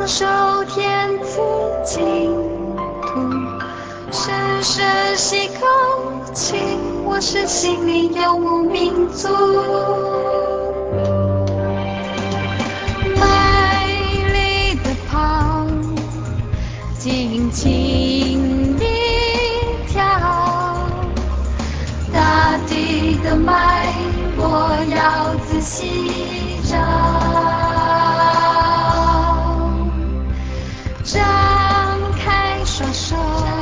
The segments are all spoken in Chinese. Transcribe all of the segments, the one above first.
享受天赐净土，深深吸口气，我是心里游牧民族。卖力的跑，尽情地跳，大地的脉搏要仔细找，张开双手，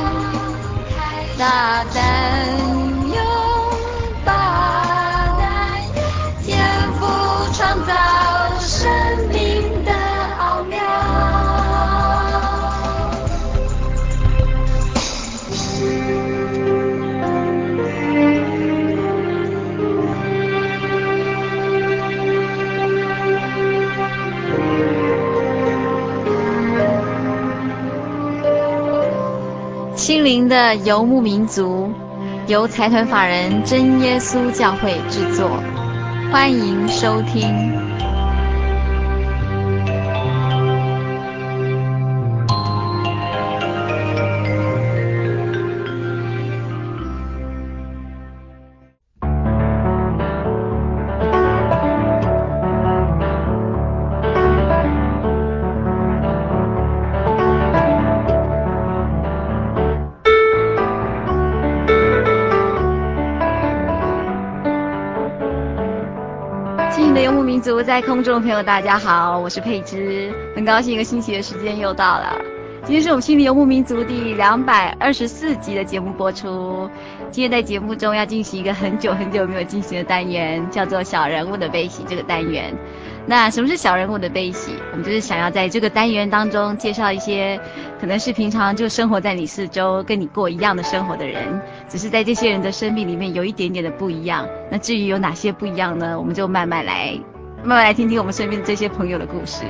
大胆拥抱，天赋创造生命的奥妙。心灵的游牧民族，由财团法人真耶稣教会制作，欢迎收听。在空中的朋友大家好，我是佩芝，很高兴一个星期的时间又到了。今天是我们心理游牧民族第224集的节目播出。今天在节目中要进行一个很久没有进行的单元，叫做小人物的悲喜这个单元。那什么是小人物的悲喜？我们就是想要在这个单元当中介绍一些可能是平常就生活在你四周跟你过一样的生活的人，只是在这些人的生命里面有一点点的不一样。那至于有哪些不一样呢？我们就慢慢来听听我们身边的这些朋友的故事。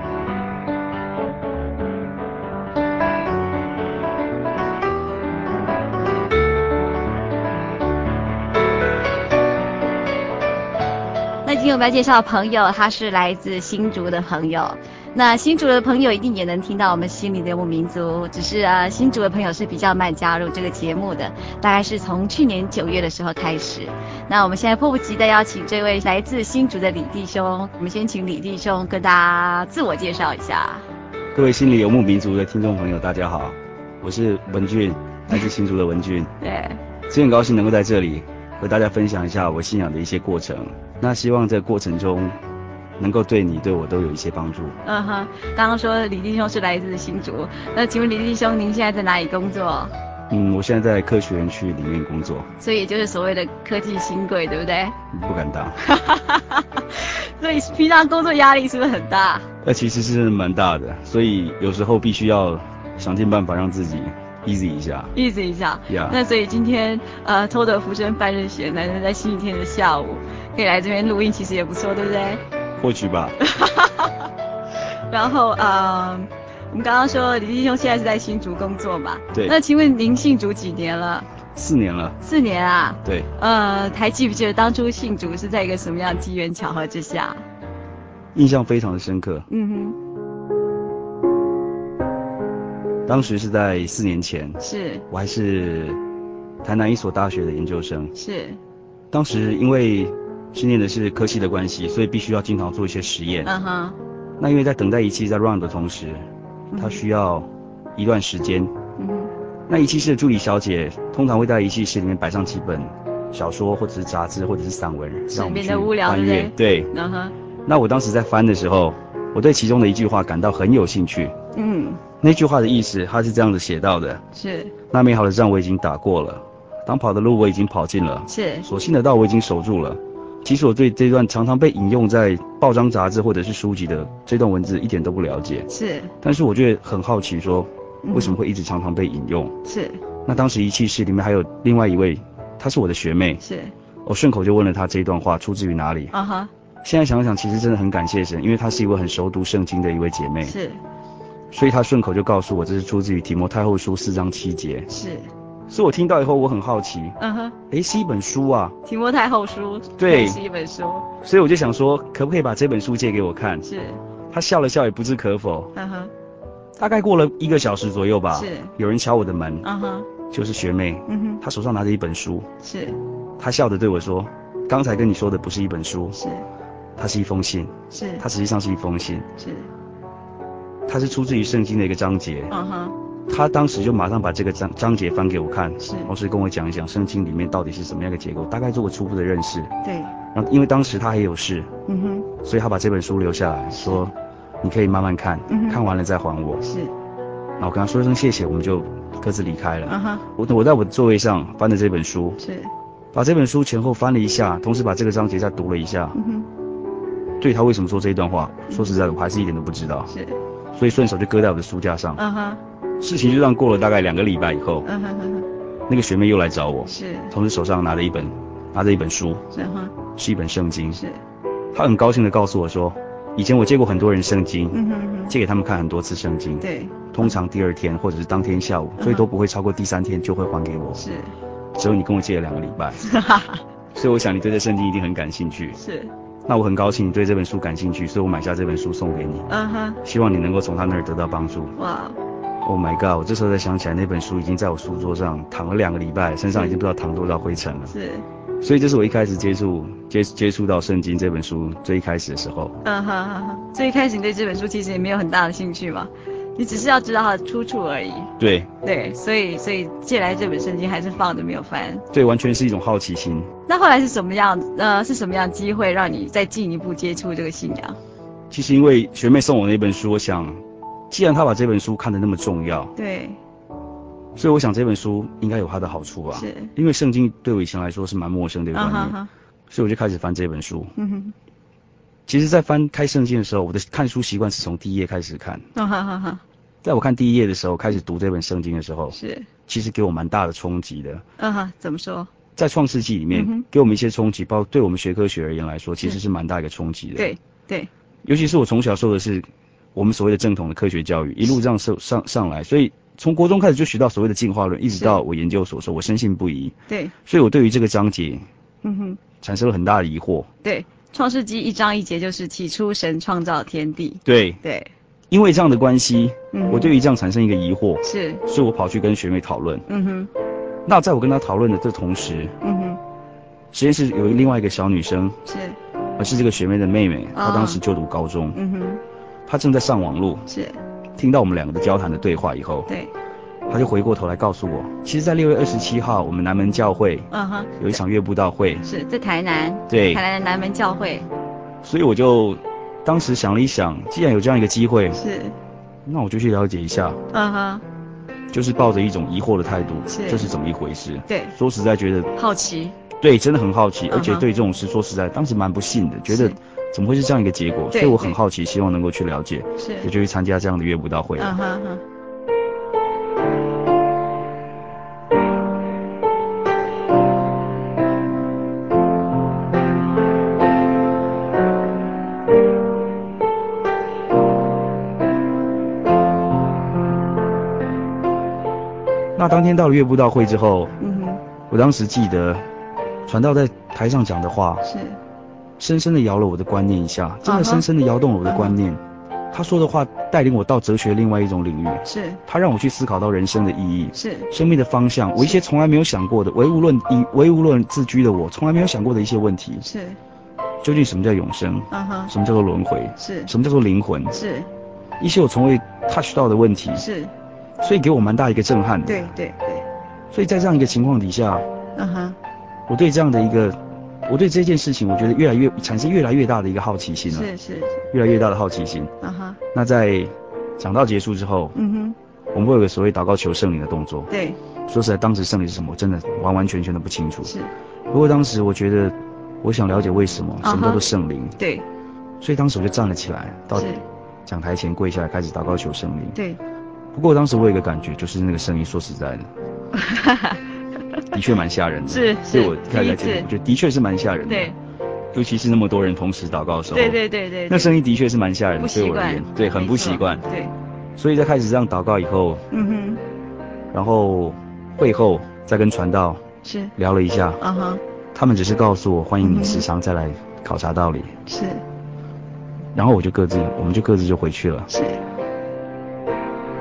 那今天我们要介绍的朋友，他是来自新竹的朋友。那新竹的朋友一定也能听到我们心里的游牧民族，只是新竹的朋友是比较慢加入这个节目的，大概是从去年9月的时候开始。那我们现在迫不及待邀请这位来自新竹的李弟兄，我们先请李弟兄跟大家自我介绍一下。 各位心里游牧民族的听众朋友大家好，我是文俊，来自新竹的文俊。 对， 很高兴能够在这里和大家分享一下我信仰的一些过程，那希望这个过程中能够对你对我都有一些帮助。 刚刚说李弟兄是来自新竹，那请问李弟兄您现在在哪里工作？ 我现在在科学园区里面工作， 所以也就是所谓的科技新贵，对不对？ 不敢当。 所以平常工作压力是不是很大？ 其实是蛮大的，所以有时候必须要想尽办法让自己 easy 一下。 Yeah. 那所以今天偷得浮生半日闲，难得在星期天的下午可以来这边录音，其实也不错，对不对？ 或许吧。 然后我们刚刚说李弟兄现在是在新竹工作嘛？ 对。 那请问您信主几年了 ？4年了。 4年啊？ 对。 还记不记得当初信主是在一个什么样的机缘巧合之下？ 印象非常的深刻。当时是在4年前， 是我还是台南一所大学的研究生。 是。 当时因为是念的是科系的关系，所以必须要经常做一些实验。那因为在等待仪器在 run 的同时，它需要一段时间。那仪器室的助理小姐通常会在仪器室里面摆上几本小说或者是杂志或者是散文，让我们去翻阅。对。那我当时在翻的时候，我对其中的一句话感到很有兴趣。那句话的意思，它是这样子写到的： 是那美好的仗我已经打过了，当跑的路我已经跑尽了， 是所信的道我已经守住了。其实我对这段常常被引用在报章杂志或者是书籍的这段文字一点都不了解， 是， 但是我觉得很好奇说为什么会一直常常被引用。 是。 那当时仪器室里面还有另外一位，她是我的学妹， 是， 我顺口就问了她这一段话出自于哪里。现在想想其实真的很感谢神，因为她是一位很熟读圣经的一位姐妹， 是， 所以她顺口就告诉我这是出自于提摩太后书4章7节。 是， 所以我听到以后我很好奇，是一本书啊， 提摩太后书， 对， 是一本书， 所以我就想说可不可以把这本书借给我看。 是， 她笑了笑也不置可否， 大概过了1个小时左右吧， 是有人敲我的门，就是学妹，她手上拿着一本书， 是， 她笑着对我说，刚才跟你说的不是一本书， 是， 它是一封信， 是， 它实际上是一封信， 是， 它是出自于圣经的一个章节，他当时就马上把这个章节翻给我看，同时跟我讲一讲圣经里面到底是什么样的结构，大概做个初步的认识。 对。 然后因为当时他还有事，所以他把这本书留下来，说你可以慢慢看，看完了再还我。 是。 那我跟他说一声谢谢，我们就各自离开了。我在我的座位上翻着这本书， 是。 把这本书前后翻了一下，同时把这个章节再读了一下。对他为什么说这一段话，说实在的，我还是一点都不知道。是。所以顺手就搁在我的书架上。事情就这样过了大概2个礼拜以后，那个学妹又来找我，是，同时手上拿着一本书，是一本圣经，是，她很高兴的告诉我说，以前我借过很多人圣经，借给他们看很多次圣经，对，通常第2天或者是当天下午，最多不会超过第3天就会还给我，是，只有你跟我借了2个礼拜，所以我想你对这圣经一定很感兴趣，是，那我很高兴你对这本书感兴趣，所以我买下这本书送给你，希望你能够从他那儿得到帮助。哇。Oh my god！ 我这时候才想起来，那本书已经在我书桌上躺了2个礼拜，身上已经不知道躺多少灰尘了。是，所以这是我一开始接触到圣经这本书最一开始的时候。 最一开始你对这本书其实也没有很大的兴趣嘛，你只是要知道它的出处而已。 对。 对，所以借来这本圣经还是放着没有翻。 对，完全是一种好奇心。 那后来是什么样机会让你再进一步接触这个信仰？ 其实因为学妹送我那本书，我想。既然他把这本书看得那么重要，对，所以我想这本书应该有它的好处吧。是，因为圣经对我以前来说是蛮陌生的一个观念，所以我就开始翻这本书。其实，在翻开圣经的时候，我的看书习惯是从第1页开始看。在我看第1页的时候，开始读这本圣经的时候，是，其实给我蛮大的冲击的。 怎么说？ 在创世纪里面，给我们一些冲击，包括对我们学科学而言来说，其实是蛮大一个冲击的。对对，尤其是我从小受的是。我们所谓的正统的科学教育，一路这样上来，所以从国中开始就学到所谓的进化论，一直到我研究所的时候，我深信不疑。对，所以我对于这个章节，产生了很大的疑惑。对， 创世纪1章1节就是起初神创造天地。 对对，因为这样的关系，我对于这样产生一个疑惑，是，所以我跑去跟学妹讨论。那在我跟她讨论的这同时，实验室有另外一个小女生，是这个学妹的妹妹，她当时就读高中。他正在上网路，是听到我们2个的交谈的对话以后，对，他就回过头来告诉我，其实，在6月27号，我们南门教会，有一场月布道会， 是在台南， 对， 台南的南门教会。 所以我就当时想了一想，既然有这样一个机会，是，那我就去了解一下，就是抱着一种疑惑的态度，这是怎么一回事？对，说实在觉得好奇， 对，真的很好奇，而且对这种事，说实在，当时蛮不信的，觉得。怎么会是这样一个结果？所以我很好奇，希望能够去了解，我就去参加这样的月布道会。那当天到了月布道会之后，我当时记得传道在台上讲的话是。深深的摇了我的观念一下，真的深深的摇动了我的观念。他说的话带领我到哲学另外一种领域，是他让我去思考到人生的意义，是生命的方向，我一些从来没有想过的以唯物论自居的我从来没有想过的一些问题，是究竟什么叫永生，什么叫做轮回，是什么叫做灵魂，是一些我从未 touch 到的问题，是所以给我蛮大一个震撼的。对对对，所以在这样一个情况底下，我对这件事情，我觉得产生越来越大的一个好奇心了，是越来越大的好奇心。那在讲道结束之后，我们会有个所谓祷告求圣灵的动作。对，说实在，当时圣灵是什么，我真的完完全全的不清楚。是，不过当时我觉得，我想了解为什么，什么叫做圣灵。对，所以当时我就站了起来，到讲台前跪下来，开始祷告求圣灵。对，不过当时我有一个感觉，就是那个声音，说实在的。的确蛮吓人的，是，对我开始来讲，我觉得的确是蛮吓人的，对，尤其是那么多人同时祷告的时候，对，那声音的确是蛮吓人的，对我而言，对，很不习惯，对，所以在开始这样祷告以后，然后会后再跟传道是聊了一下，他们只是告诉我欢迎你时常再来考察道理，是，然后我们就各自就回去了，是。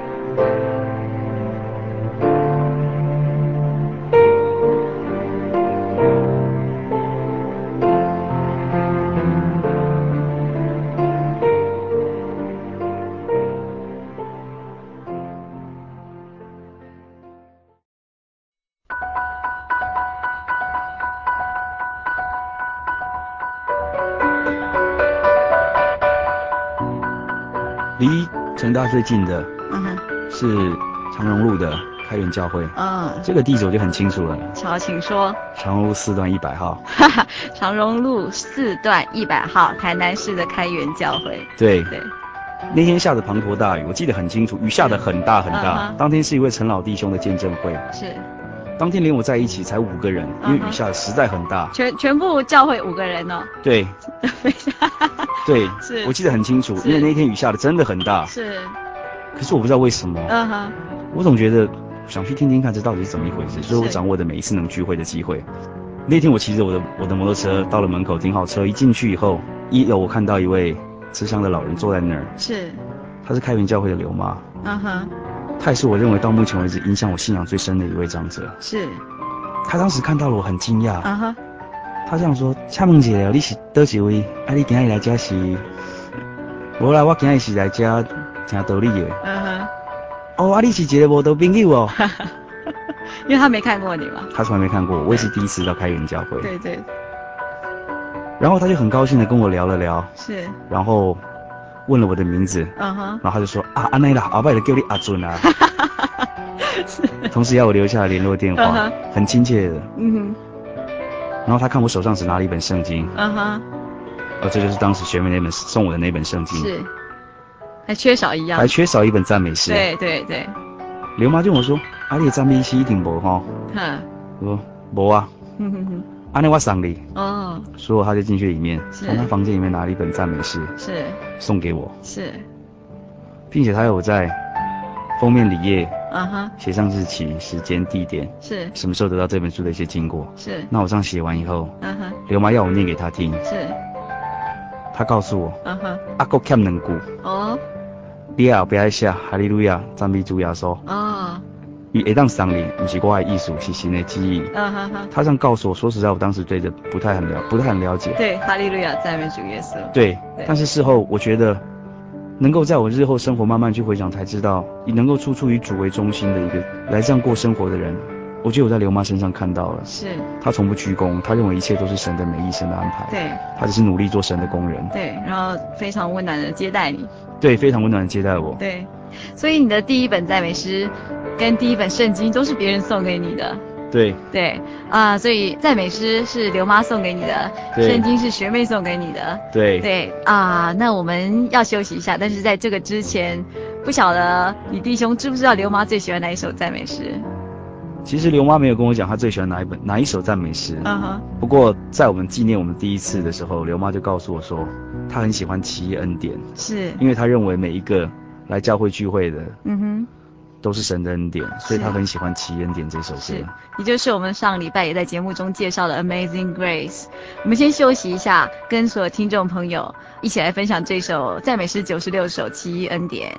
成大最近的，是长荣路的开元教会。这个地址我就很清楚了。 好，请说。 长荣路4段100号。 长荣路4段100号，台南市的开元教会。 对。那天下着滂沱大雨，我记得很清楚，雨下得很大很大。当天是一位陈老弟兄的见证会。 是。 当天连我在一起才5个人，因为雨下得实在很大。 全部教会5个人哦。 对。对，是。我记得很清楚，因为那天雨下得真的很大。 是。 可是我不知道为什么，我总觉得想去听听看这到底是怎么一回事，所以我掌握的每一次能聚会的机会。那天我骑着我的摩托车到了门口，停好车，一进去以后，1楼我看到一位慈祥的老人坐在那儿。 是。 他是开元教会的刘妈。他也是我认为到目前为止影响我信仰最深的一位长者。 是。 他当时看到了我很惊讶。他这样说：请问一下，你是哪一位？你今日来这是？无啦，我今日是来这听道理的。你是一个无道朋友哦。 因为他没看过你嘛。 他从来没看过我，我也是第一次到开元教会。 对。 然后他就很高兴的跟我聊了聊。 是。 然后问了我的名字。然后他就说：安内啦，后摆就叫你阿尊啊。同时要我留下联络电话，很亲切的。然后他看我手上只拿了一本圣经。这就是当时学妹那本送我的那本圣经。是。 还缺少一样。 还缺少一本赞美诗。 对。 刘妈就跟我说：你的赞美诗一定无吼。我说无啊。安内我送你。所以他就进去里面，从他房间里面拿了一本赞美诗。是。送给我。是。并且他有在封面里页写上日期、时间、地点，是什么时候得到这本书的一些经过。是。那我这样写完以后，刘妈要我念给他听。是。他告诉我，还欠2句。你后壁写哈利路亚，赞美主耶稣。伊会当送你，不是我的意思，是神的旨意。他这样告诉我，说实在，我当时对这不太很了解。 对，哈利路亚，赞美主耶稣。 对。但是事后我觉得，能够在我日后生活慢慢去回想，才知道，你能够处以主为中心的一个来这样过生活的人，我觉得我在刘妈身上看到了。是。她从不居功，她认为一切都是神的美意，神的安排。对。她只是努力做神的工人。对，然后非常温暖的接待你。对，非常温暖的接待我。对。 所以你的第一本赞美诗跟第一本圣经都是别人送给你的。 对。 所以赞美诗是刘妈送给你的，圣经是学妹送给你的。对。那我们要休息一下，但是在这个之前，不晓得你弟兄知不知道刘妈最喜欢哪一首赞美诗？ 其实刘妈没有跟我讲她最喜欢哪一首赞美诗。不过在我们纪念我们第一次的时候，刘妈就告诉我说，她很喜欢奇异恩典。是。因为她认为每一个来教会聚会的，都是神的恩典，所以他很喜欢奇异恩典这首歌。是， 也就是我们上礼拜也在节目中介绍的 Amazing Grace。我们先休息一下，跟所有听众朋友一起来分享这首赞美诗96首奇异恩典。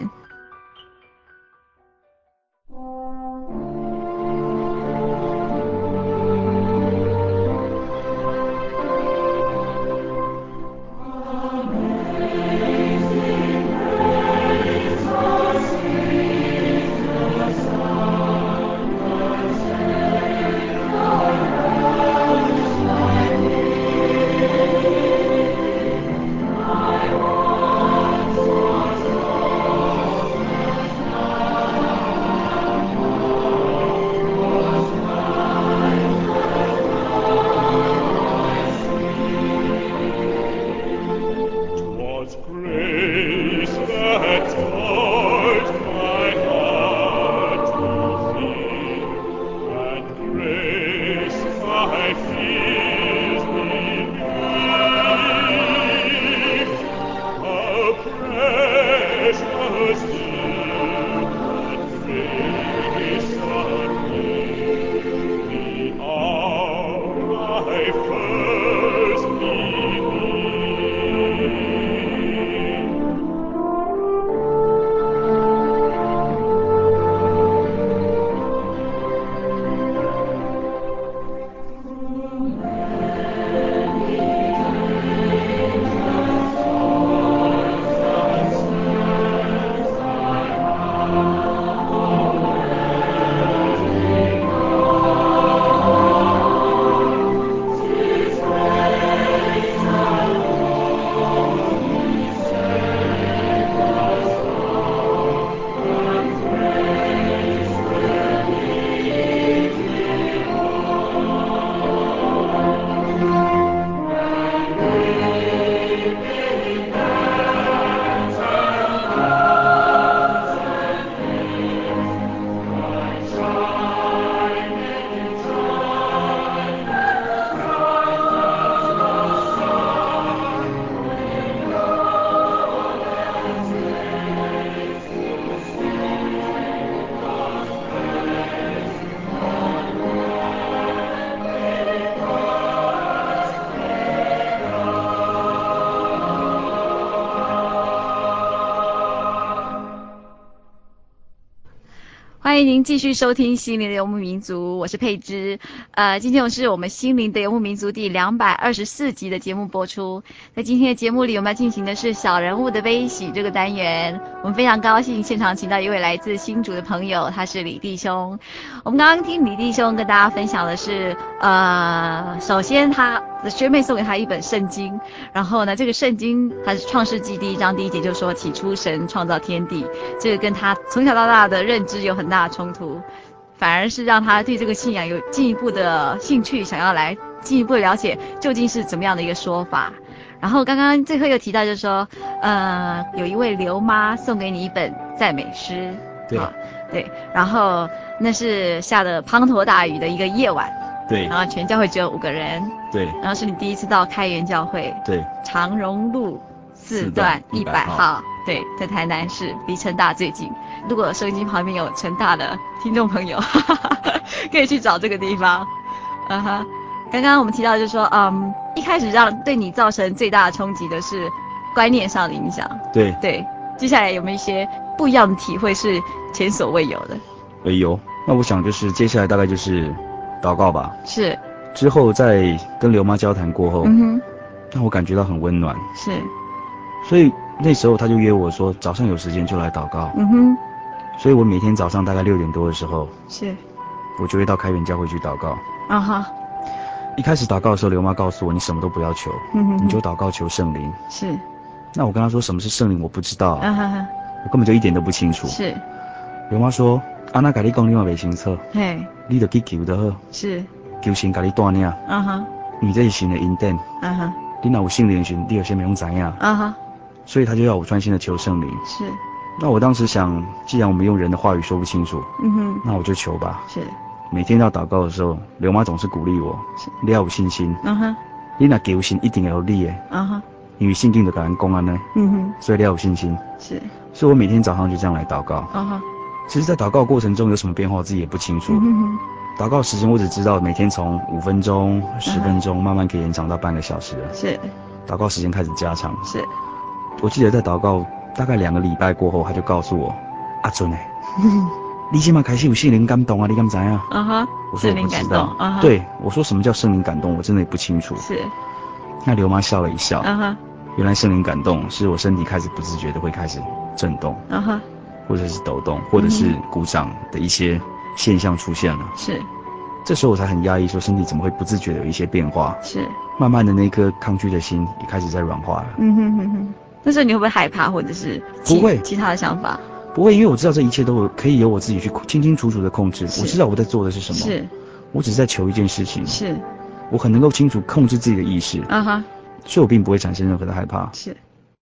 迎您继续收听心灵的游牧民族，我是佩芝。今天是我们心灵的游牧民族第224集的节目播出。在今天的节目里，我们要进行的是小人物的悲喜这个单元。我们非常高兴现场请到一位来自新竹的朋友，他是李弟兄。我们刚刚听李弟兄跟大家分享的是，首先他的学妹送给他一本圣经，然后呢，这个圣经它是创世纪第1章第1节就说起初神创造天地，这个跟他从小到大的认知有很大的冲突，反而是让他对这个信仰有进一步的兴趣，想要来进一步了解究竟是怎么样的一个说法。然后刚刚最后又提到就是说，有一位刘妈送给你一本赞美诗， 对， 对，然后那是下了滂沱大雨的一个夜晚， 对， 然后全教会只有5个人， 对， 然后是你第一次到开元教会， 对， 长荣路4段100号，对，在台南市，离成大最近。如果收音机旁边有成大的听众朋友，可以去找这个地方。刚刚我们提到就是说，一开始对你造成最大的冲击的是观念上的影响。 对， 接下来有没有一些不一样的体会是前所未有的？ 有，那我想就是接下来大概就是祷告吧。 是。 之后在跟刘妈交谈过后，让我感觉到很温暖。 是。 所以那时候他就约我说早上有时间就来祷告。所以我每天早上大概6点多的时候， 是， 我就会到开元教会去祷告。一开始祷告的时候，刘妈告诉我，你什么都不要求，你就祷告求圣灵。 是。 那我跟她说什么是圣灵，我不知道，我根本就一点都不清楚。 是。 刘妈说，那跟你讲你嘛袂清楚，你就去求就好。 是。 求神跟你带领。因为这是神的恩典。你若有圣灵的时候，你就先不用知影。所以他就要我专心的求圣灵。是。那我当时想，既然我们用人的话语说不清楚，那我就求吧。是。每天要祷告的时候，刘妈总是鼓励我，你要有信心。你若求神一定会有你的。因为圣经就跟人讲呢。所以你要有信心。是。所以我每天早上就这样来祷告。其实，在祷告过程中有什么变化，我自己也不清楚。祷告时间我只知道每天从5分钟、10分钟，慢慢可以延长到半个小时了。是。祷告时间开始加长。是。我记得在祷告大概2个礼拜过后，他就告诉我，阿尊你现在开始有圣灵感动啊，你敢知啊？我说我不知道。对，我说什么叫圣灵感动，我真的也不清楚。是。那刘妈笑了一笑。原来圣灵感动是我身体开始不自觉的会开始震动。或者是抖动，或者是鼓掌的一些现象出现了。是。这时候我才很压抑，说身体怎么会不自觉的有一些变化？是。慢慢的那颗抗拒的心也开始在软化了。 那时候你会不会害怕，或者是不会其他的想法？ 不会，因为我知道这一切都可以由我自己去清清楚楚的控制。我知道我在做的是什么。是。我只是在求一件事情。是。我很能够清楚控制自己的意识。所以我并不会产生任何的害怕。是。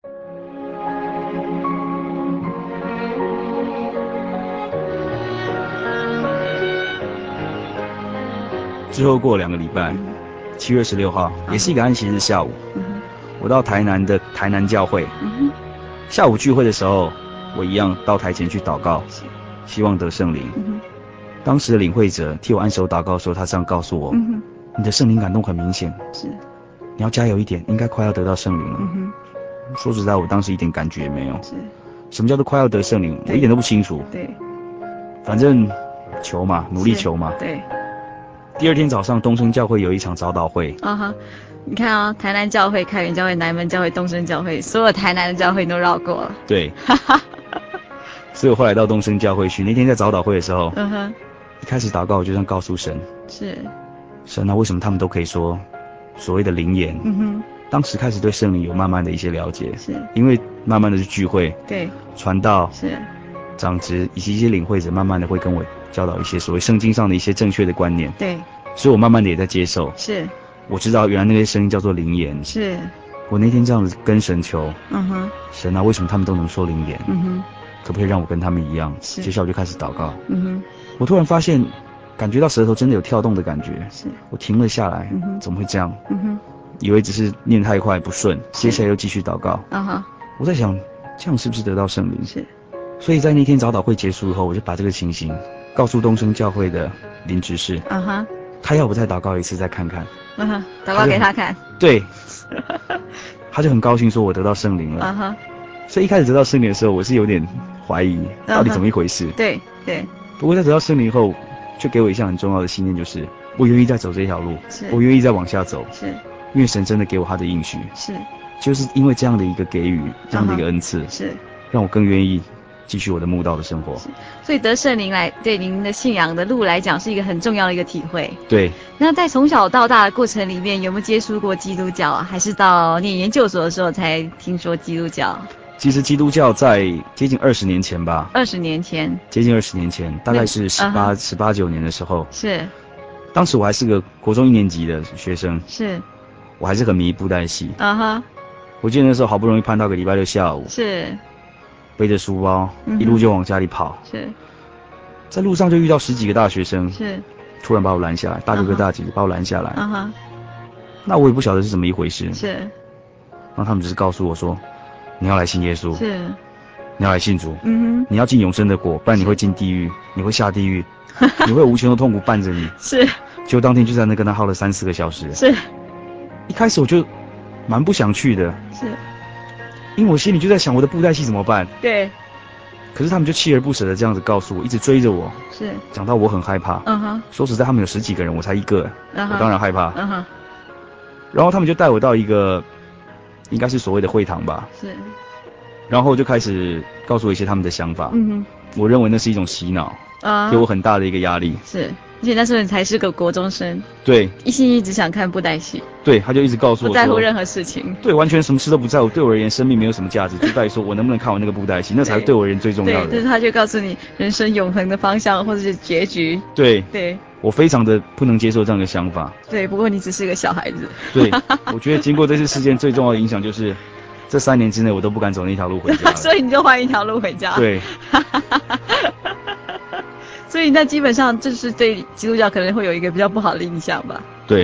之后过了2个礼拜，7月16号，也是一个安息日下午，我到台南的台南教会，下午聚会的时候，我一样到台前去祷告，希望得圣灵。当时的领会者替我按手祷告的时候，他这样告诉我，你的圣灵感动很明显，是，你要加油一点，应该快要得到圣灵了。说实在，我当时一点感觉也没有。是。什么叫做快要得圣灵？我一点都不清楚。对。反正求嘛，努力求嘛。对。第2天早上，东升教会有一场早祷会。 你看啊，台南教会、开元教会、南门教会、东升教会，所有台南的教会你都绕过了。 对。所以我后来到东升教会去。那天在早祷会的时候，一开始祷告我就这样告诉神：是神啊，为什么他们都可以说所谓的灵言？当时开始对圣灵有慢慢的一些了解，是因为慢慢的去聚会，对，传道，是长职以及一些领会者，慢慢的会跟我教导一些所谓圣经上的一些正确的观念，对，所以我慢慢的也在接受。是，我知道原来那些声音叫做灵言。是，我那天这样子跟神求，神啊，为什么他们都能说灵言？可不可以让我跟他们一样？是，接下来我就开始祷告。我突然发现，感觉到舌头真的有跳动的感觉。是，我停了下来。怎么会这样？以为只是念太快不顺，接下来又继续祷告。我在想，这样是不是得到圣灵？是。所以在那天早祷会结束后，我就把这个情形告诉东升教会的林执事。他要我再祷告一次，再看看。 祷告给他看。 对。他就很高兴说我得到圣灵了。所以一开始得到圣灵的时候，我是有点怀疑到底怎么一回事。 对对。 不过在得到圣灵以后，却给我一项很重要的信念，就是我愿意再走这条路，我愿意再往下走，因为神真的给我他的应许，就是因为这样的一个给予，这样的一个恩赐，让我更愿意继续我的慕道的生活。 所以得圣灵来对您的信仰的路来讲是一个很重要的一个体会。 对。 那在从小到大的过程里面，有没有接触过基督教啊？还是到念研究所的时候才听说基督教？ 其实基督教在接近20年前吧。 20年前。接近20年前，大概是18、19年的时候。 是。 当时我还是个国中1年级的学生。 是。 我还是很迷布袋戏。我记得那时候好不容易盼到个礼拜六下午。 是。 背着书包，一路就往家里跑。 是。在路上就遇到10几个大学生。 是。 突然把我拦下来，大哥哥大姐姐把我拦下来。那我也不晓得是怎么一回事。 是。 然后他们只是告诉我说，你要来信耶稣。 是。 你要来信主。你要进永生的国，不然你会进地狱，你会下地狱，你会无穷的痛苦伴着你。 是。 结果当天就在那跟他耗了3-4个小时。 是。 一开始我就蛮不想去的。 是。 因为我心里就在想我的布袋戏怎么办？ 对。 可是他们就锲而不舍的这样子告诉我，一直追着我。 是。 讲到我很害怕。说实在，他们有10几个人，我才1个。我当然害怕。然后他们就带我到一个，应该是所谓的会堂吧。 是。 然后就开始告诉我一些他们的想法。我认为那是一种洗脑，给我很大的一个压力。 是。而且那时候你才是个国中生， 对， 一心一直想看布袋戏， 对，他就一直告诉我不在乎任何事情， 对，完全什么事都不在乎，对我而言生命没有什么价值，就在于说我能不能看完那个布袋戏，那才是对我而言最重要的。 对，就是他就告诉你人生永恒的方向或者是结局。 对， 对， 我非常的不能接受这样的想法。 对，不过你只是个小孩子。 对，我觉得经过这次事件最重要的影响就是，这3年之内我都不敢走那条路回家。 所以你就换一条路回家。 对。 所以那基本上就是对基督教可能会有一个比较不好的印象吧。 对。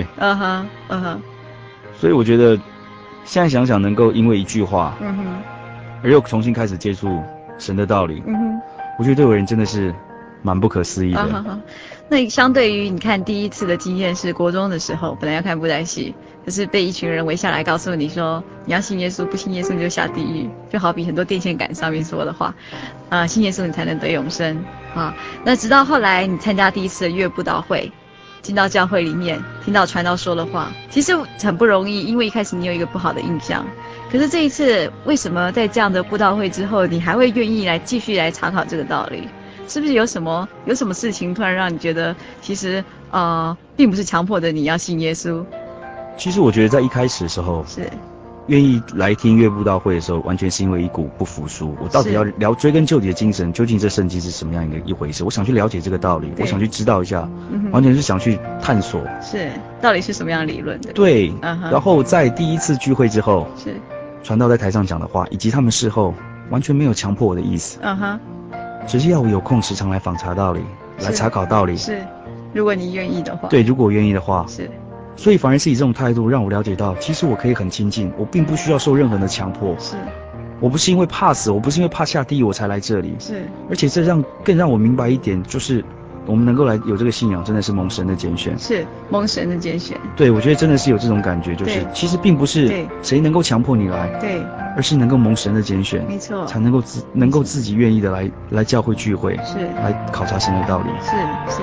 所以我觉得现在想想，能够因为一句话，而又重新开始接触神的道理，我觉得对我人真的是蛮不可思议的。 那相对于你看第一次的经验是国中的时候，本来要看布袋戏，可是被一群人围下来告诉你说你要信耶稣，不信耶稣你就下地狱，就好比很多电线杆上面说的话，信耶稣你才能得永生啊。那直到后来你参加第一次的月布道会，进到教会里面听到传道说的话，其实很不容易，因为一开始你有一个不好的印象。可是这一次为什么在这样的布道会之后，你还会愿意来继续来查考这个道理？是不是有什么事情突然让你觉得其实并不是强迫的你要信耶稣？ 其实我觉得在一开始的时候是愿意来听月布道会的时候，完全是因为一股不服输。我到底要追根究底的精神，究竟这圣经是什么样一回事？我想去了解这个道理，我想去知道一下，完全是想去探索， 是到底是什么样的理论的？ 对，然后在第一次聚会之后， 是传道在台上讲的话，以及他们事后完全没有强迫我的意思，只是要我有空时常来访查道理，来查考道理。 是，如果你愿意的话。 对，如果我愿意的话。 是。 所以反而是以这种态度让我了解到，其实我可以很亲近，我并不需要受任何人的强迫。 是。 我不是因为怕死，我不是因为怕下地狱我才来这里。 是。 而且这更让我明白一点，就是我们能够来有这个信仰，真的是蒙神的拣选。 是蒙神的拣选。 对，我觉得真的是有这种感觉，就是其实并不是谁能够强迫你来， 对，而是能够蒙神的拣选， 没错， 才能够自己愿意的来教会聚会， 是来考察神的道理。 是。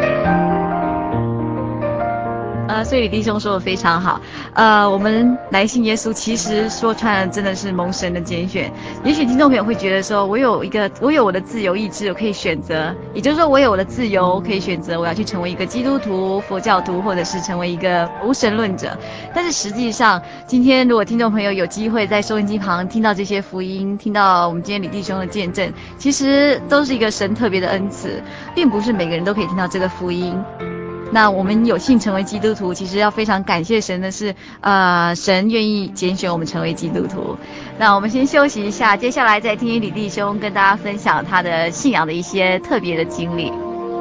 所以李弟兄说的非常好，我们来信耶稣，其实说穿了真的是蒙神的拣选。也许听众朋友会觉得说，我有我的自由意志，我可以选择，也就是说我有我的自由可以选择我要去成为一个基督徒、佛教徒，或者是成为一个无神论者。但是实际上，今天如果听众朋友有机会在收音机旁听到这些福音，听到我们今天李弟兄的见证，其实都是一个神特别的恩赐，并不是每个人都可以听到这个福音。那我们有幸成为基督徒，其实要非常感谢神的是，神愿意拣选我们成为基督徒。那我们先休息一下，接下来再听李弟兄跟大家分享他的信仰的一些特别的经历。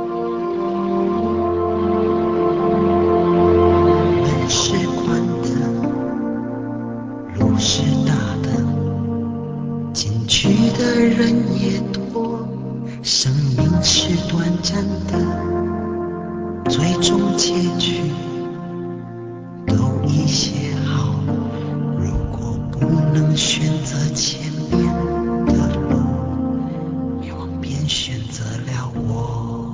门是宽的，路是大的，进去的人也多，生命是短暂的，最终结局都已写好，如果不能选择前面的路，便选择了我。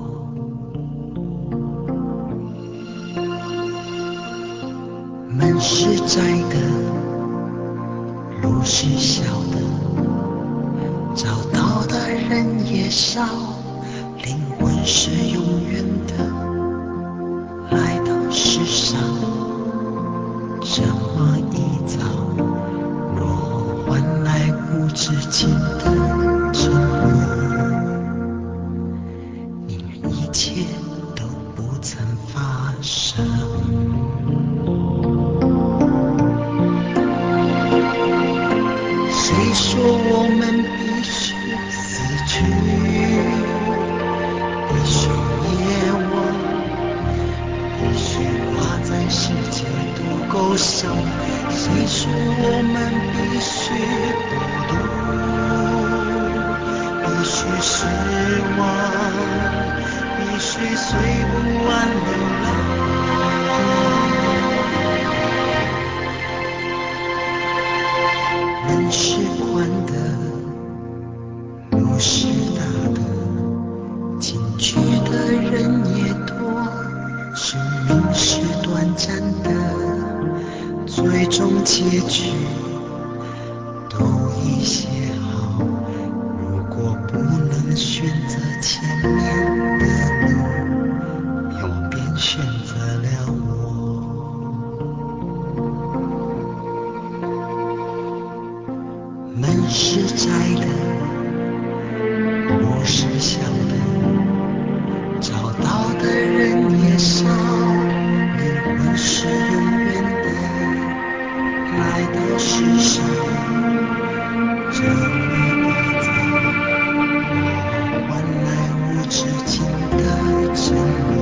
是窄的，路是小的，找到的人也少，灵魂是永远的，来到世上这么一遭，若换来无止境的沉默，宁愿一切都不曾发生。谁说我们必须死去，必须灭亡，必须挂在世界渡口上？谁说我们必须孤独，必须失望，必须随不完流浪？门是宽的，路是大的，进去的人也多，生命是短暂的，最终结局都已写好。如果不能选择前面的路，我便选择了我。门是窄的，路是小的，找到的人也少，灵魂是永远的，来到世上这么一遭，若换来无止境的沉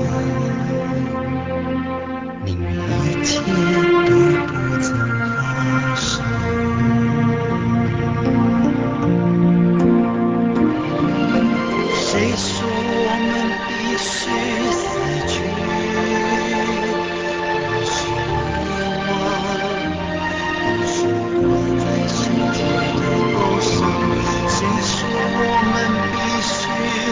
默，宁愿一切都不曾发生。谁说我们必须死去，必须灭亡，必须挂在世界渡口上？谁说我们必须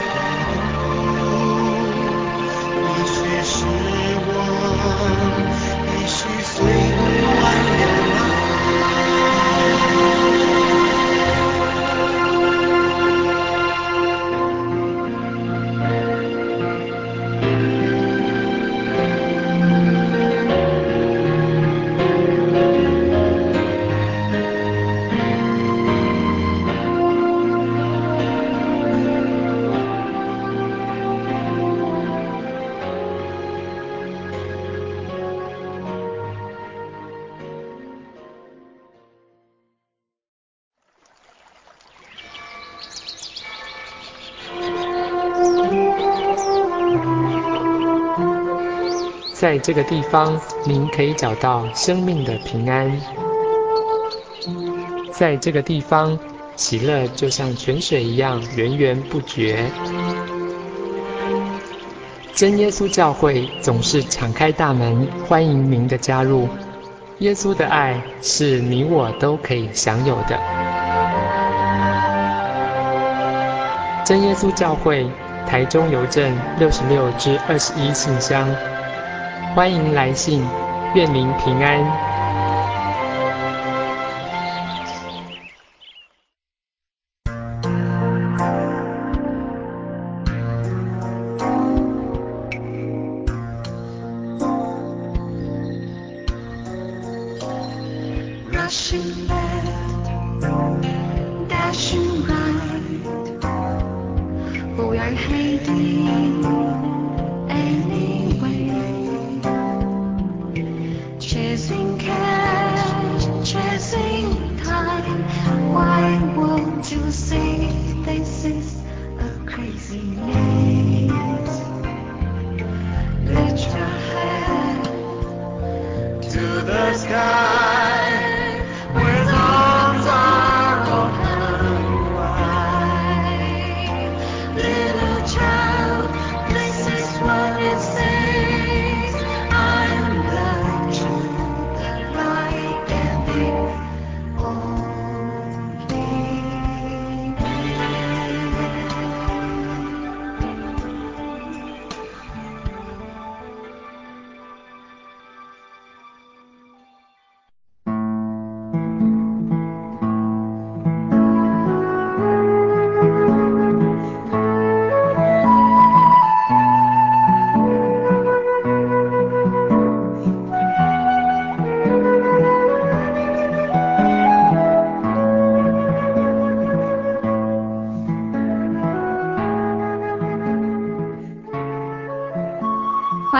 孤独，必须失望，必须随不完流浪？ 在这个地方，您可以找到生命的平安。在这个地方，喜乐就像泉水一样源源不绝。真耶稣教会总是敞开大门，欢迎您的加入。耶稣的爱是你我都可以享有的。真耶稣教会，台中邮政66至21信箱。欢迎来信，愿您平安。 Rushing left, dashing right, we are heading anyway. Chasing cash, chasing time. Why won't you see this is a crazy maze? Lift your head to the sky, where the arms are open wide. Little child, this is what it says. I am the truth, the light, and the only way.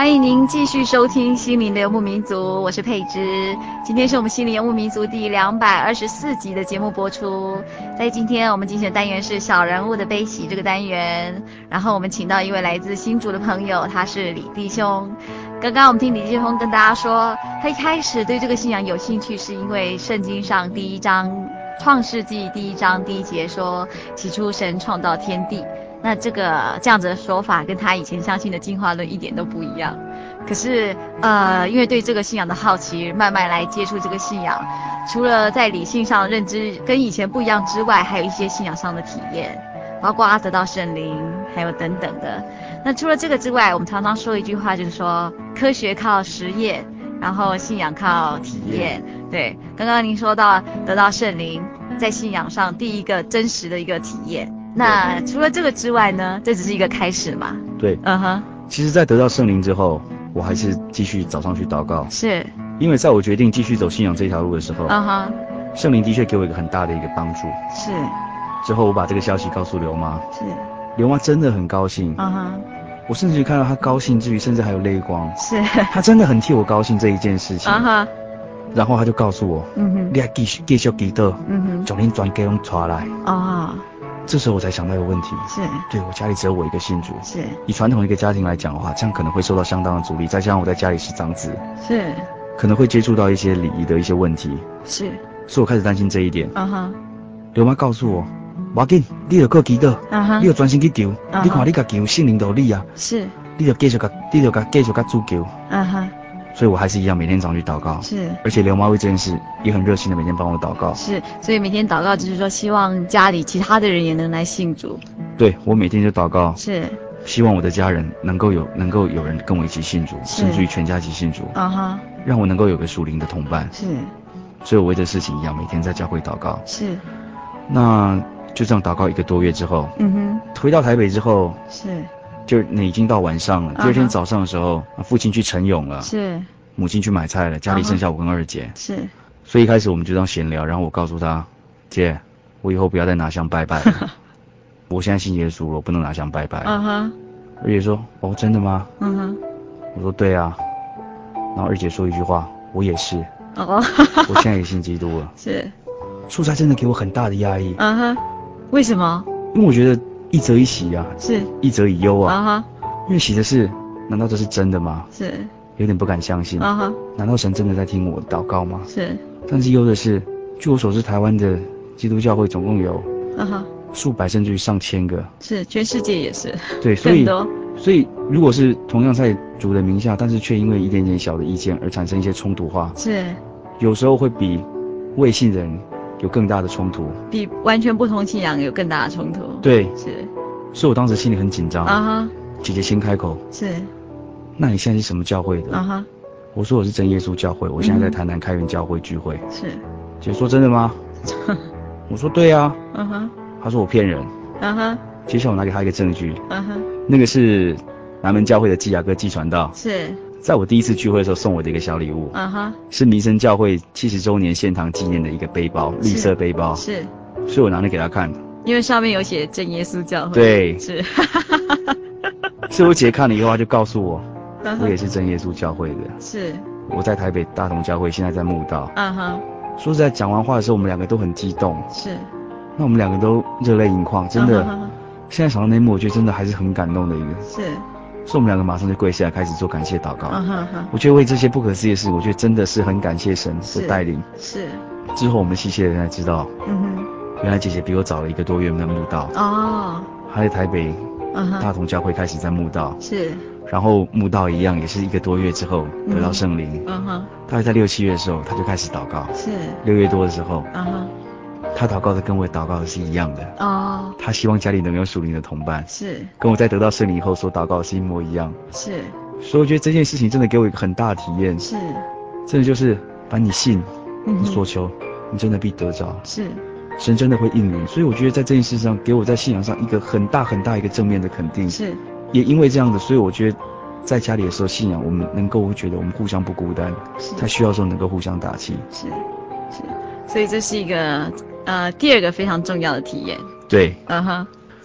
欢迎您继续收听《心灵的游牧民族》，我是佩芝。今天是我们《心灵游牧民族》第224集的节目播出。在今天我们进行的单元是小人物的悲喜这个单元，然后我们请到一位来自新竹的朋友，他是李弟兄。刚刚我们听李弟兄跟大家说，他一开始对这个信仰有兴趣，是因为圣经上第一章创世纪第1章第1节说，起初神创造天地。那这样子的说法跟他以前相信的进化论一点都不一样。可是因为对这个信仰的好奇，慢慢来接触这个信仰，除了在理性上认知跟以前不一样之外，还有一些信仰上的体验，包括得到圣灵，还有等等的。那除了这个之外，我们常常说一句话，就是说科学靠实验，然后信仰靠体验。对，刚刚您说到得到圣灵，在信仰上第一个真实的一个体验。那除了这个之外呢，这只是一个开始嘛？ 对，其实在得到圣灵之后，我还是继续早上去祷告。 是， 因为在我决定继续走信仰这条路的时候，圣灵的确给我一个很大的一个帮助。 是。 之后我把这个消息告诉刘妈， 是。 刘妈真的很高兴。我甚至看到她高兴之余，甚至还有泪光。 是。 她真的很替我高兴这一件事情。然后她就告诉我，你要继续祈祷，将恁全家拢带来。这时候我才想到一个问题， 是， 对，我家里只有我一个信主， 是， 以传统一个家庭来讲的话，这样可能会受到相当的阻力，再加上我在家里是长子， 是， 可能会接触到一些礼仪的一些问题， 是， 所以我开始担心这一点。刘妈告诉我，不要紧，你就去祈祷，你就专心去求，你看你甲求圣灵道理啊， 是， 你就继续甲主求，所以我还是一样每天早上去祷告， 是， 而且刘妈为这件事也很热心的每天帮我祷告， 是，所以每天祷告就是说希望家里其他的人也能来信主。 对，我每天就祷告， 是， 希望我的家人能够有人跟我一起信主，甚至于全家一起信主，让我能够有个属灵的同伴。 是， 所以我为这事情一样每天在教会祷告。 是， 那就这样祷告1个多月之后，回到台北之后， 是。 就已经到晚上了。第二天早上的时候，父亲去晨泳了， 是， 母亲去买菜了，家里剩下我跟二姐， 是。 所以一开始我们就这样闲聊，然后我告诉他，姐，我以后不要再拿香拜拜了，我现在信耶稣了，我不能拿香拜拜。二姐说，哦，真的吗？我说对啊。然后二姐说一句话，我也是。我现在也信基督了。 是。 出差真的给我很大的压抑。 为什么？ 因为我觉得一则以喜啊， 是， 一则以忧啊。因为喜的是，难道这是真的吗？ 是， 有点不敢相信。难道神真的在听我祷告吗？ 是。但是忧的是，据我所知，台湾的基督教会总共有数百甚至于上千个。 是，全世界也是。 对，所以如果是同样在主的名下，但是却因为一点点小的意见而产生一些冲突化， 是， 有时候会比未信人有更大的冲突， 比完全不同信仰有更大的冲突。 对， 是。 所以我当时心里很紧张。姐姐先开口。 是。 那你现在是什么教会的？我说我是真耶稣教会，我现在在台南开源教会聚会。 是。 姐说真的吗？我说对啊。她说我骗人。接下来我拿给她一个证据。那个是南门教会的季亚哥季传道。 是。 在我第一次聚会的时候送我的一个小礼物。是民生教会70周年献堂纪念的一个背包，绿色背包。 是。 所以我拿那给她看。 因为上面有写真耶稣教会。 对。 是。 所以我姐看了以后，她就告诉我，我也是真耶稣教会的。 是。 我在台北大同教会，现在在慕道。说实在，讲完话的时候，我们两个都很激动。 是。 那我们两个都热泪盈眶，真的。现在想到那一幕，我觉得真的还是很感动的一个。 是。 所以我们两个马上就跪下来，开始做感谢祷告。我觉得为这些不可思议的事，我觉得真的是很感谢神的带领。 是。 之后我们细细的人才知道，原来姐姐比我早了1个多月在慕道。她在台北大同教会开始在慕道。 是。 然后慕道一样，也是1个多月之后得到圣灵。大概在6、7月的时候，她就开始祷告。 是。 6月多的时候。他祷告的跟我祷告的是一样的。他希望家里能有属灵的同伴。是。跟我在得到圣灵以后所祷告的是一模一样。 是。 所以我觉得这件事情真的给我一个很大的体验。 是。 真的就是把你信，你所求，你真的必得着。 是。 神真的会应允。所以我觉得在这件事上给我在信仰上一个很大很大一个正面的肯定。 是。 也因为这样的，所以我觉得在家里的时候信仰我们能够觉得我们互相不孤单。是。在需要的时候能够互相打气。 是。所以这是一个第2个非常重要的体验。 对。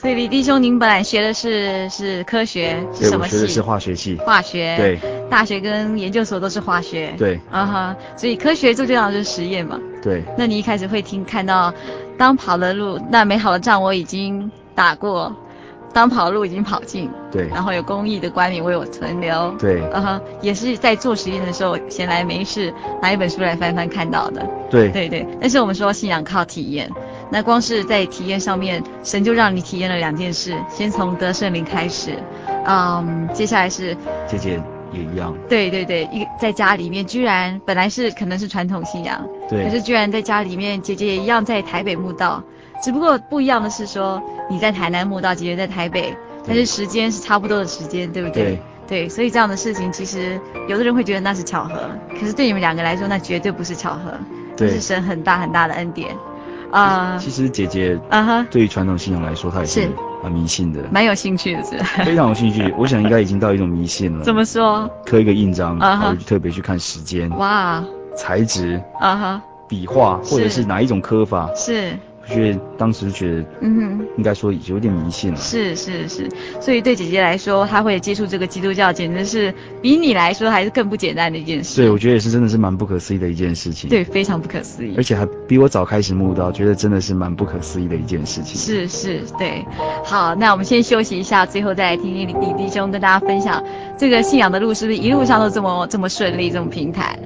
所以李弟兄，您本来学的是科学，是什么系？ 对，我学的是化学系。 化学。 对。 大学跟研究所都是化学。 对。 所以科学最重要的就是实验嘛。 对。 那你一开始会看到，当跑的路，那美好的仗我已经打过，当跑的路已经跑尽。 对。 然后有公益的冠冕为我存留。 对。 也是在做实验的时候，闲来没事拿一本书来翻翻看到的。 对。 对对。但是我们说信仰靠体验。那光是在体验上面，神就让你体验了2件事，先从得圣灵开始，接下来是姐姐也一样。 对对对，在家里面居然本来可能是传统信仰， 对， 可是居然在家里面，姐姐也一样在台北慕道，只不过不一样的是说你在台南慕道，姐姐在台北，但是时间是差不多的时间，对不对？ 对。 对，所以这样的事情其实有的人会觉得那是巧合，可是对你们2个来说那绝对不是巧合，这是神很大很大的恩典。 其实姐姐对于传统信仰来说，她也是蛮迷信的， 蛮有兴趣的是非常有兴趣。我想应该已经到一种迷信了。 怎么说？ 刻一个印章，我就特别去看时间、材质、笔画，或者是哪一种刻法。 是。 我觉得当时觉得，应该说有点迷信了。 是，所以对姐姐来说，她会接触这个基督教，简直是比你来说还是更不简单的一件事。 对，我觉得也是真的是蛮不可思议的一件事情。 对，非常不可思议。 而且还比我早开始慕道，觉得真的是蛮不可思议的一件事情。 是，对。好，那我们先休息一下，最后再来听听李弟兄跟大家分享这个信仰的路是不是一路上都这么顺利，这么平坦。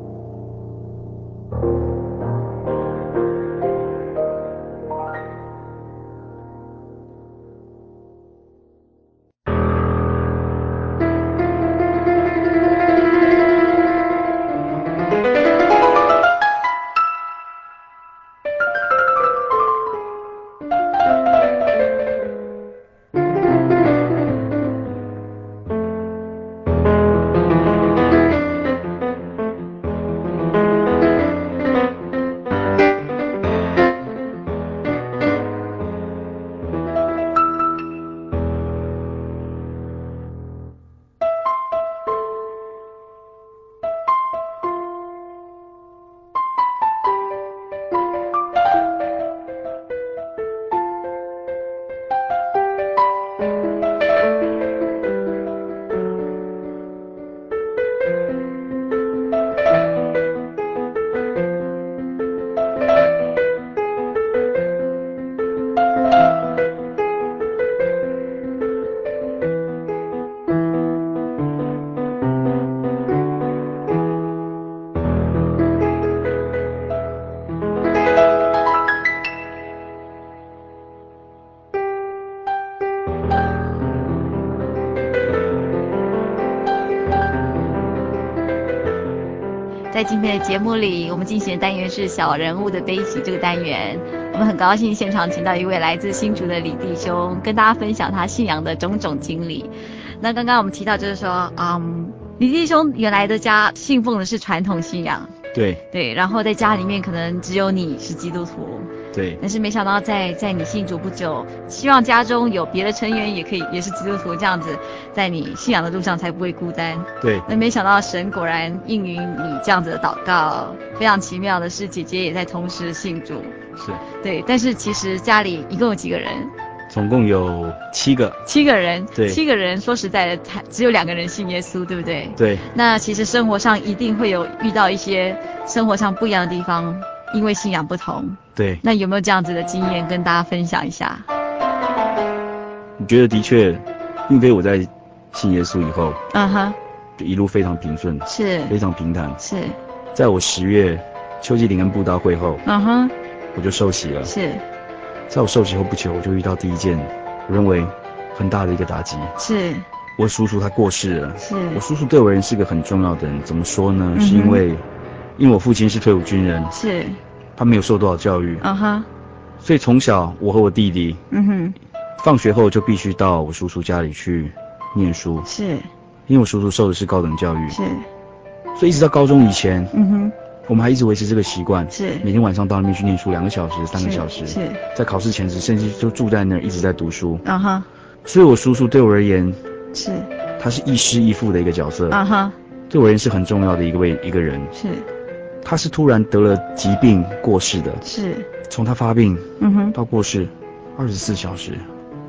在今天的节目里，我们进行的单元是小人物的悲喜这个单元。我们很高兴现场请到一位来自新竹的李弟兄，跟大家分享他信仰的种种经历。那刚刚我们提到就是说，李弟兄原来的家信奉的是传统信仰，对，然后在家里面可能只有你是基督徒， 对， 但是没想到在你信主不久，希望家中有别的成员也是基督徒，这样子在你信仰的路上才不会孤单。 对， 那没想到神果然应允你这样子的祷告。非常奇妙的是，姐姐也在同时信主。 是， 对，但是其实家里一共有几个人？ 总共有7个。 7个人， 对 ，7个人。说实在的，只有2个人信耶稣，对不对？ 对。 那其实生活上一定会有遇到一些生活上不一样的地方，因为信仰不同。 对。 那有没有这样子的经验跟大家分享一下？ 我觉得的确，并非我在信耶稣以后，就一路非常平顺， 是， 非常平坦。 是。 在我10月秋季灵恩布道会后，我就受洗了。 是。 在我受洗后不久，我就遇到第一件我认为很大的一个打击。 是。 我叔叔他过世了。 是。 我叔叔对我而言是个很重要的人，怎么说呢？是因为我父亲是退伍军人。 是。 他没有受多少教育。所以从小我和我弟弟，放学后就必须到我叔叔家里去念书。 是。 因为我叔叔受的是高等教育。 是。 所以一直到高中以前，我们还一直维持这个习惯， 是每天晚上到那边去念书2个小时、3个小时， 是在考试前甚至就住在那儿一直在读书。所以我叔叔对我而言， 是他是亦师亦父的一个角色。对我而言是很重要的一个人。 是。 他是突然得了疾病过世的。 是。 从他发病到过世24小时，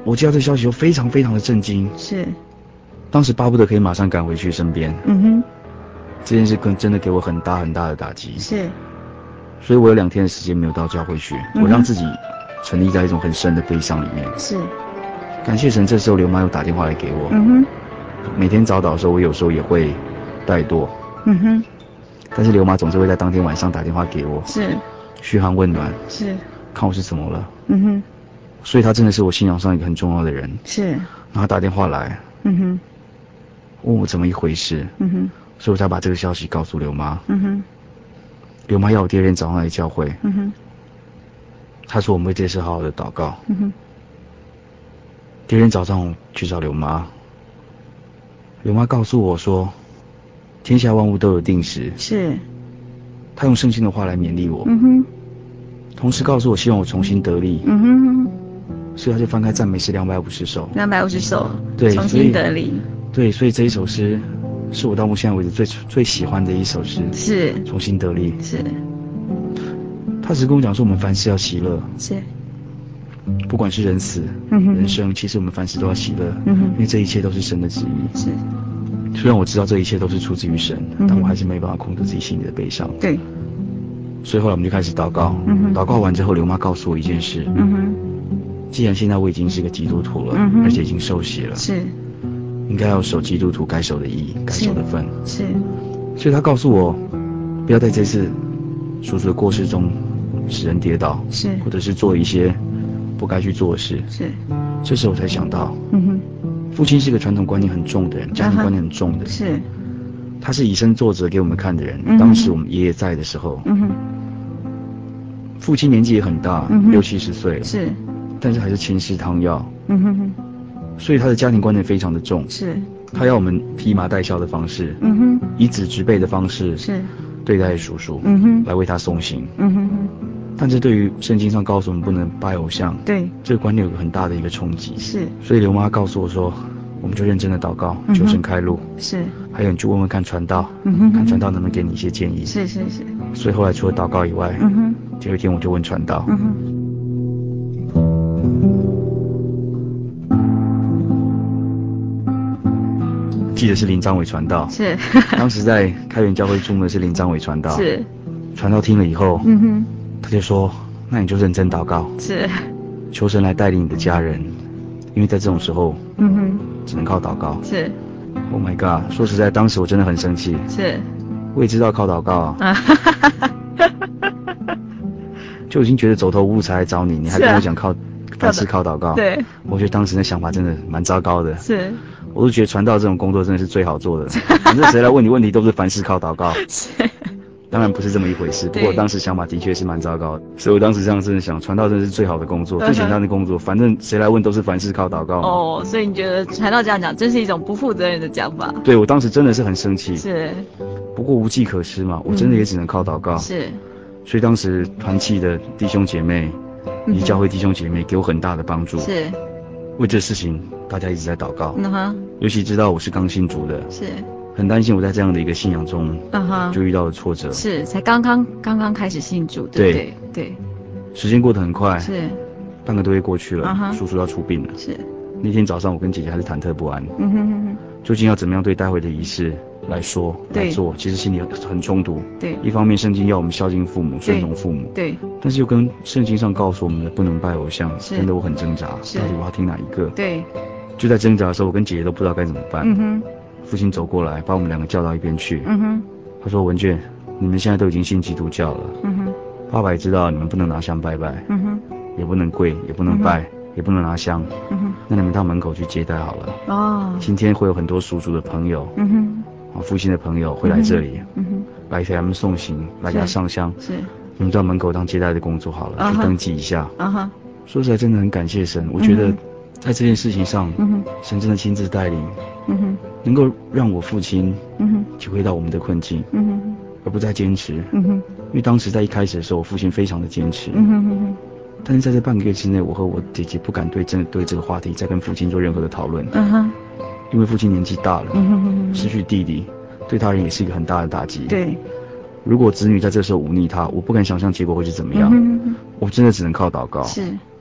我接到这消息后非常非常的震惊， 是， 当时巴不得可以马上赶回去身边。这件事真的给我很大很大的打击。 是， 所以我有2天的时间没有到教会去，我让自己沉溺在一种很深的悲伤里面。 是， 感谢神，这时候刘妈又打电话来给我。每天早祷的时候，我有时候也会怠惰。但是刘妈总是会在当天晚上打电话给我，是，嘘寒问暖，是，看我是怎么了。所以她真的是我信仰上一个很重要的人。是，然后她打电话来，问我怎么一回事。所以我才把这个消息告诉刘妈。刘妈要我第2天早上来教会。她说我们为这事好好的祷告。第2天早上我去找刘妈，刘妈告诉我说，天下万物都有定时。是，她用圣经的话来勉励我。同时告诉我希望我重新得力。所以她就翻开赞美诗250首。250首，对，重新得力。对，所以这一首诗是我到目前为止最喜欢的一首诗。是，重新得力。是，他只是跟我讲说，我们凡事要喜乐。是，不管是人死、人生，其实我们凡事都要喜乐。因为这一切都是神的旨意。是，虽然我知道这一切都是出自于神，但我还是没办法控制自己心里的悲伤。对，所以后来我们就开始祷告。祷告完之后，刘妈告诉我一件事。既然现在我已经是个基督徒了，而且已经受洗了。是。应该要守基督徒该守的义，该守的分。是，所以他告诉我，不要在这次叔叔的过世中使人跌倒，是，或者是做一些不该去做的事。是，这时候我才想到，父亲是个传统观念很重的人，家庭观念很重的人。是，他是以身作则给我们看的人。当时我们爷爷在的时候，父亲年纪也很大，60、70岁了。是，但是还是勤食汤药。所以他的家庭观念非常的重，是，他要我们披麻戴孝的方式，以子执辈的方式，是，对待叔叔，来为他送行，但是对于圣经上告诉我们不能拜偶像，对，这个观念有个很大的一个冲击，是，所以刘妈告诉我说，我们就认真的祷告，求神开路，是，还有你去问问看传道，看传道能不能给你一些建议，是。所以后来除了祷告以外，第2天我就问传道。记得是林章伟传道，是，当时在开元教会住的是林章伟传道，是，传道听了以后，他就说，那你就认真祷告，是，求神来带领你的家人，因为在这种时候，只能靠祷告，是 ，Oh my God， 说实在，当时我真的很生气，是，我也知道靠祷告，就已经觉得走投无路才来找你，你还跟我讲凡事靠祷告，对，我觉得当时那想法真的蛮糟糕的，是。我都觉得传道这种工作真的是最好做的，反正谁来问你问题都是凡事靠祷告。当然不是这么一回事，不过我当时想法的确是蛮糟糕的，所以我当时这样真的想，传道真的是最好的工作，最简单的工作，反正谁来问都是凡事靠祷告。哦，所以你觉得传道这样讲，真是一种不负责任的讲法？对，我当时真的是很生气。是。不过无计可施嘛，我真的也只能靠祷告。是。所以当时团契的弟兄姐妹，以及教会弟兄姐妹给我很大的帮助。是。为这事情，大家一直在祷告。尤其知道我是刚信主的，是很担心我在这样的一个信仰中，就遇到了挫折。是，才刚刚开始信主，对不对？对。时间过得很快，是半个多月过去了，叔叔要出殡了。是。那天早上，我跟姐姐还是忐忑不安。究竟要怎么样对待会的仪式来说来做？其实心里很冲突。对。一方面，圣经要我们孝敬父母、顺从父母。对。但是又跟圣经上告诉我们的不能拜偶像，真的我很挣扎，到底我要听哪一个？对。就在挣扎的时候，我跟姐姐都不知道该怎么办。父亲走过来，把我们2个叫到一边去。他说：“文娟，你们现在都已经信基督教了。爸爸也知道你们不能拿香拜拜，也不能跪，也不能拜，也不能拿香。那你们到门口去接待好了。哦。今天会有很多叔叔的朋友，父亲的朋友会来这里，来给他们送行，来给他上香。是。你们到门口当接待的工作好了，去登记一下。说实在，真的很感谢神，我觉得。在这件事情上，神真的亲自带领，能够让我父亲体会到我们的困境，而不再坚持。因为当时在一开始的时候，我父亲非常的坚持，但是在这半个月之内，我和我姐姐不敢对这个话题再跟父亲做任何的讨论，因为父亲年纪大了，失去弟弟，对他人也是一个很大的打击。对，如果子女在这时候忤逆他，我不敢想象结果会是怎么样。我真的只能靠祷告。是。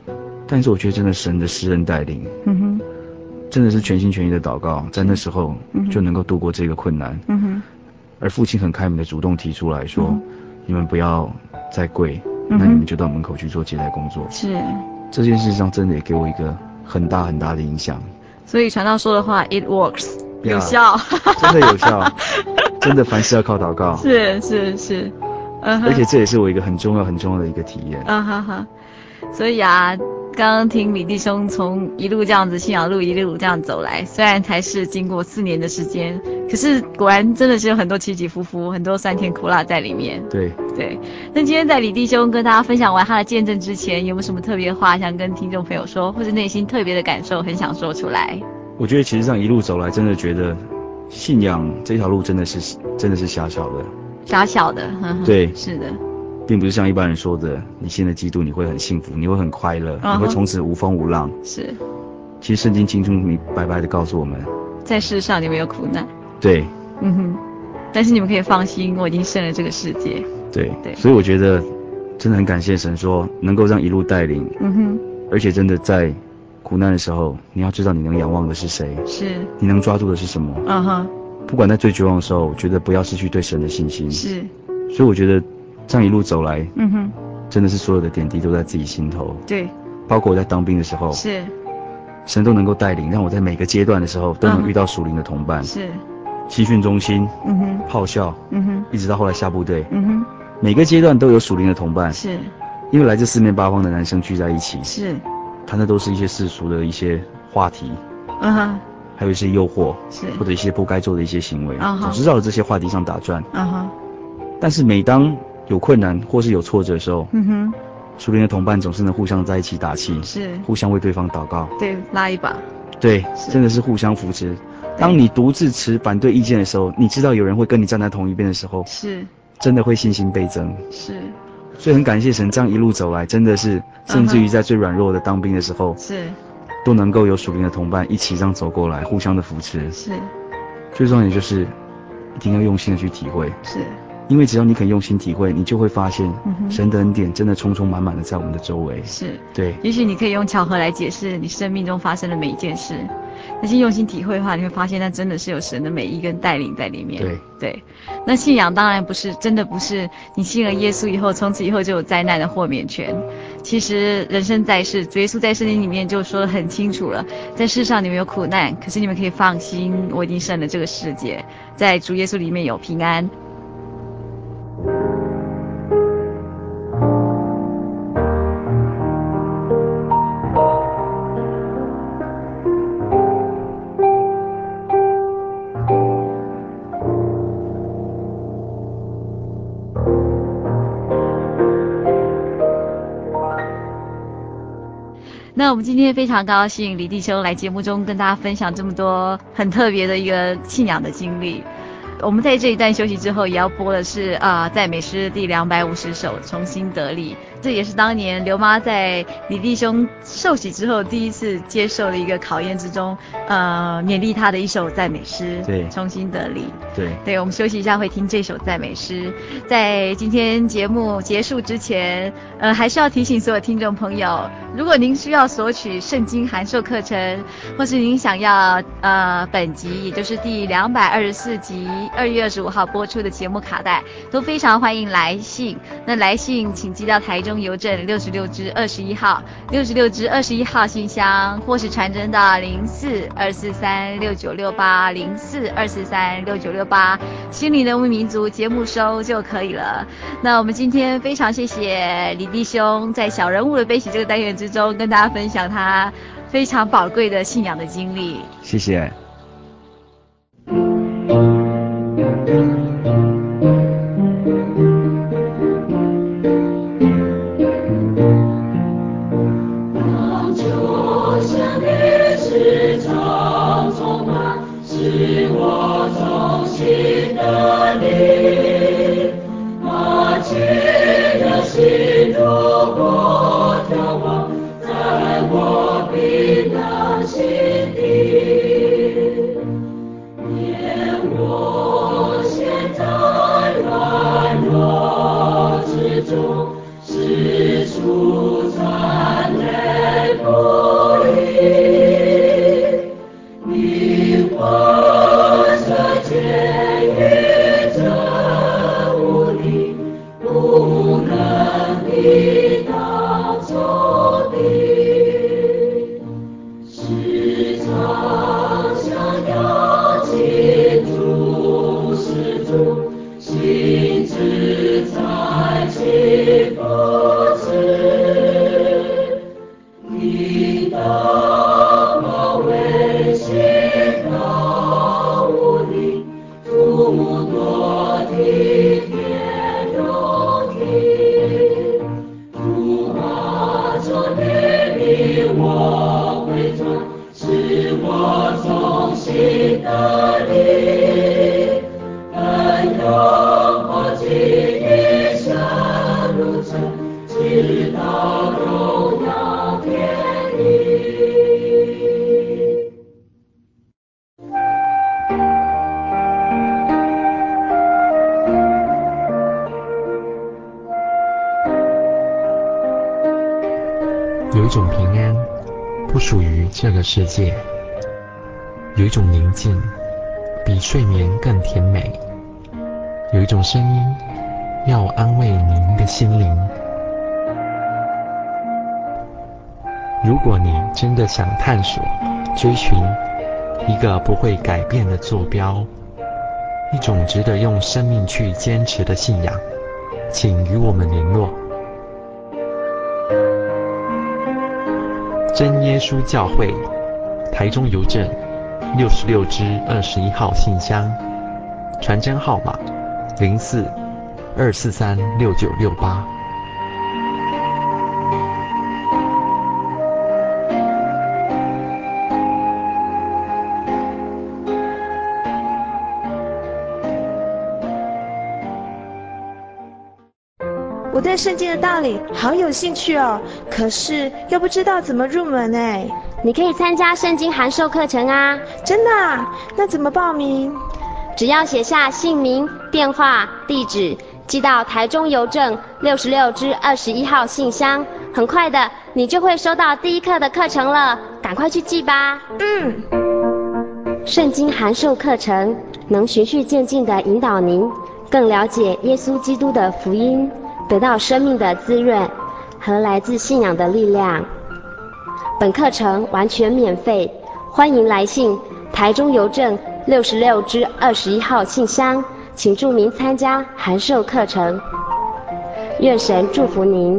但是我觉得真的神的施恩带领，真的是全心全意的祷告，在那时候就能够度过这个困难。而父亲很开明的主动提出来说，你们不要再跪，那你们就到门口去做接待工作。 是， 这件事上真的也给我一个很大很大的影响。 所以传道说的话 ，it works， 有效， 真的有效，真的凡事要靠祷告。 是， 而且这也是我一个很重要的一个体验。 所以啊，刚刚听李弟兄从一路这样子信仰路一路这样走来，虽然才是经过4年的时间，可是果然真的是有很多起起伏伏，很多酸甜苦辣在里面。 对。 那今天在李弟兄跟大家分享完他的见证之前，有没有什么特别的话想跟听众朋友说，或是内心特别的感受很想说出来？ 我觉得其实这样一路走来，真的觉得信仰这条路真的是狭小的。对， 是的。 并不是像一般人说的，你信了基督你会很幸福，你会很快乐，你会从此无风无浪。 是。 其实圣经清楚明白白的告诉我们， 在世上你们有苦难。 对。 但是你们可以放心，我已经胜了这个世界。 对。所以我觉得真的很感谢神说能够让一路带领。而且真的在苦难的时候，你要知道你能仰望的是谁，是你能抓住的是什么。不管在最绝望的时候，我觉得不要失去对神的信心。是。所以我觉得这样一路走来，真的是所有的点滴都在自己心头。对。包括我在当兵的时候，是神都能够带领，让我在每个阶段的时候都能遇到属灵的同伴。是。集训中心，炮校，一直到后来下部队，每个阶段都有属灵的同伴。是。因为来自四面八方的男生聚在一起，是谈的都是一些世俗的一些话题，还有一些诱惑，是或者一些不该做的一些行为，总是绕着这些话题上打转。但是每当有困难或是有挫折的时候，属灵的同伴总是能互相在一起打气，是互相为对方祷告，对，拉一把，对，真的是互相扶持。当你独自持反对意见的时候，你知道有人会跟你站在同一边的时候，是真的会信心倍增。是。所以很感谢神，这样一路走来，真的是，甚至于在最软弱的当兵的时候，是都能够有属灵的同伴一起这样走过来，互相的扶持。是，最重要的就是一定要用心的去体会。是，因为只要你肯用心体会，你就会发现，神的恩典真的充充满满的在我们的周围。是，对。也许你可以用巧合来解释你生命中发生的每一件事，但是用心体会的话，你会发现那真的是有神的美意跟带领在里面。对。那信仰当然真的不是你信了耶稣以后，从此以后就有灾难的豁免权。其实人生在世，主耶稣在圣经里面就说得很清楚了，在世上你们有苦难，可是你们可以放心，我已经胜了这个世界，在主耶稣里面有平安。那我们今天非常高兴李弟兄来节目中跟大家分享这么多很特别的一个信仰的经历。我们在这一段休息之后也要播的是赞美诗第250首重新得力，这也是当年刘妈在李弟兄受洗之后第一次接受的一个考验之中勉励他的一首赞美诗。对，重新得力。对，我们休息一下会听这首赞美诗。在今天节目结束之前还是要提醒所有听众朋友，如果您需要索取圣经函授课程，或是您想要本集也就是第224集2月25号播出的节目卡带，都非常欢迎来信。那来信请寄到台中邮政66支21号66支21号信箱，或是传真到04-243-6968 心灵的牧民族节目收就可以了。那我们今天非常谢谢李弟兄在小人物的悲喜这个单元之中跟大家分享他非常宝贵的信仰的经历。谢谢。 在我冰冷心底不能抵挡仇敌，时常想要记住施主，心志在起伏时，你的包围心高无力，诸多的天肉体，主啊，求怜悯我回转，是我忠心的力，奔涌过尽一生路程，直到荣耀天地。 有一种平安不属于这个世界，有一种宁静比睡眠更甜美，有一种声音要安慰您的心灵。如果你真的想探索追寻一个不会改变的坐标，一种值得用生命去坚持的信仰，请与我们联络。真耶稣教会，台中邮政66支21号信箱，传真号码04-243-6968。 我对圣经的道理好有兴趣哦，可是又不知道怎么入门哎。 你可以参加圣经函授课程啊。 真的啊？那怎么报名？ 只要写下姓名、电话、地址，寄到台中邮政66支21号信箱，很快的你就会收到第一课的课程了，赶快去寄吧。圣经函授课程能循序渐进地引导您更了解耶稣基督的福音，得到生命的滋润和来自信仰的力量。本课程完全免费，欢迎来信台中邮政66支21号信箱，请注明参加函授课程。愿神祝福您。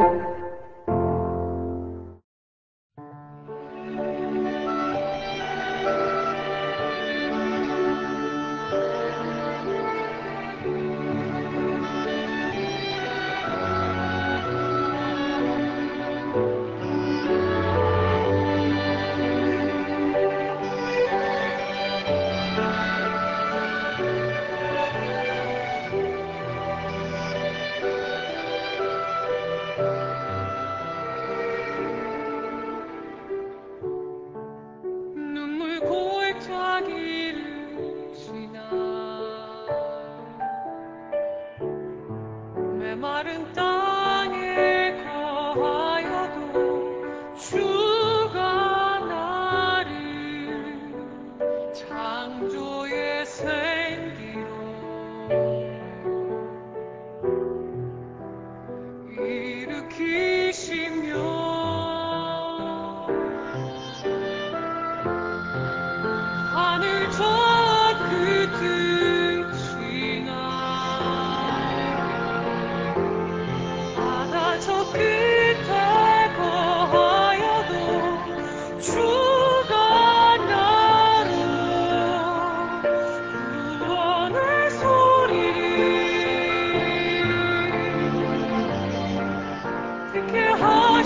好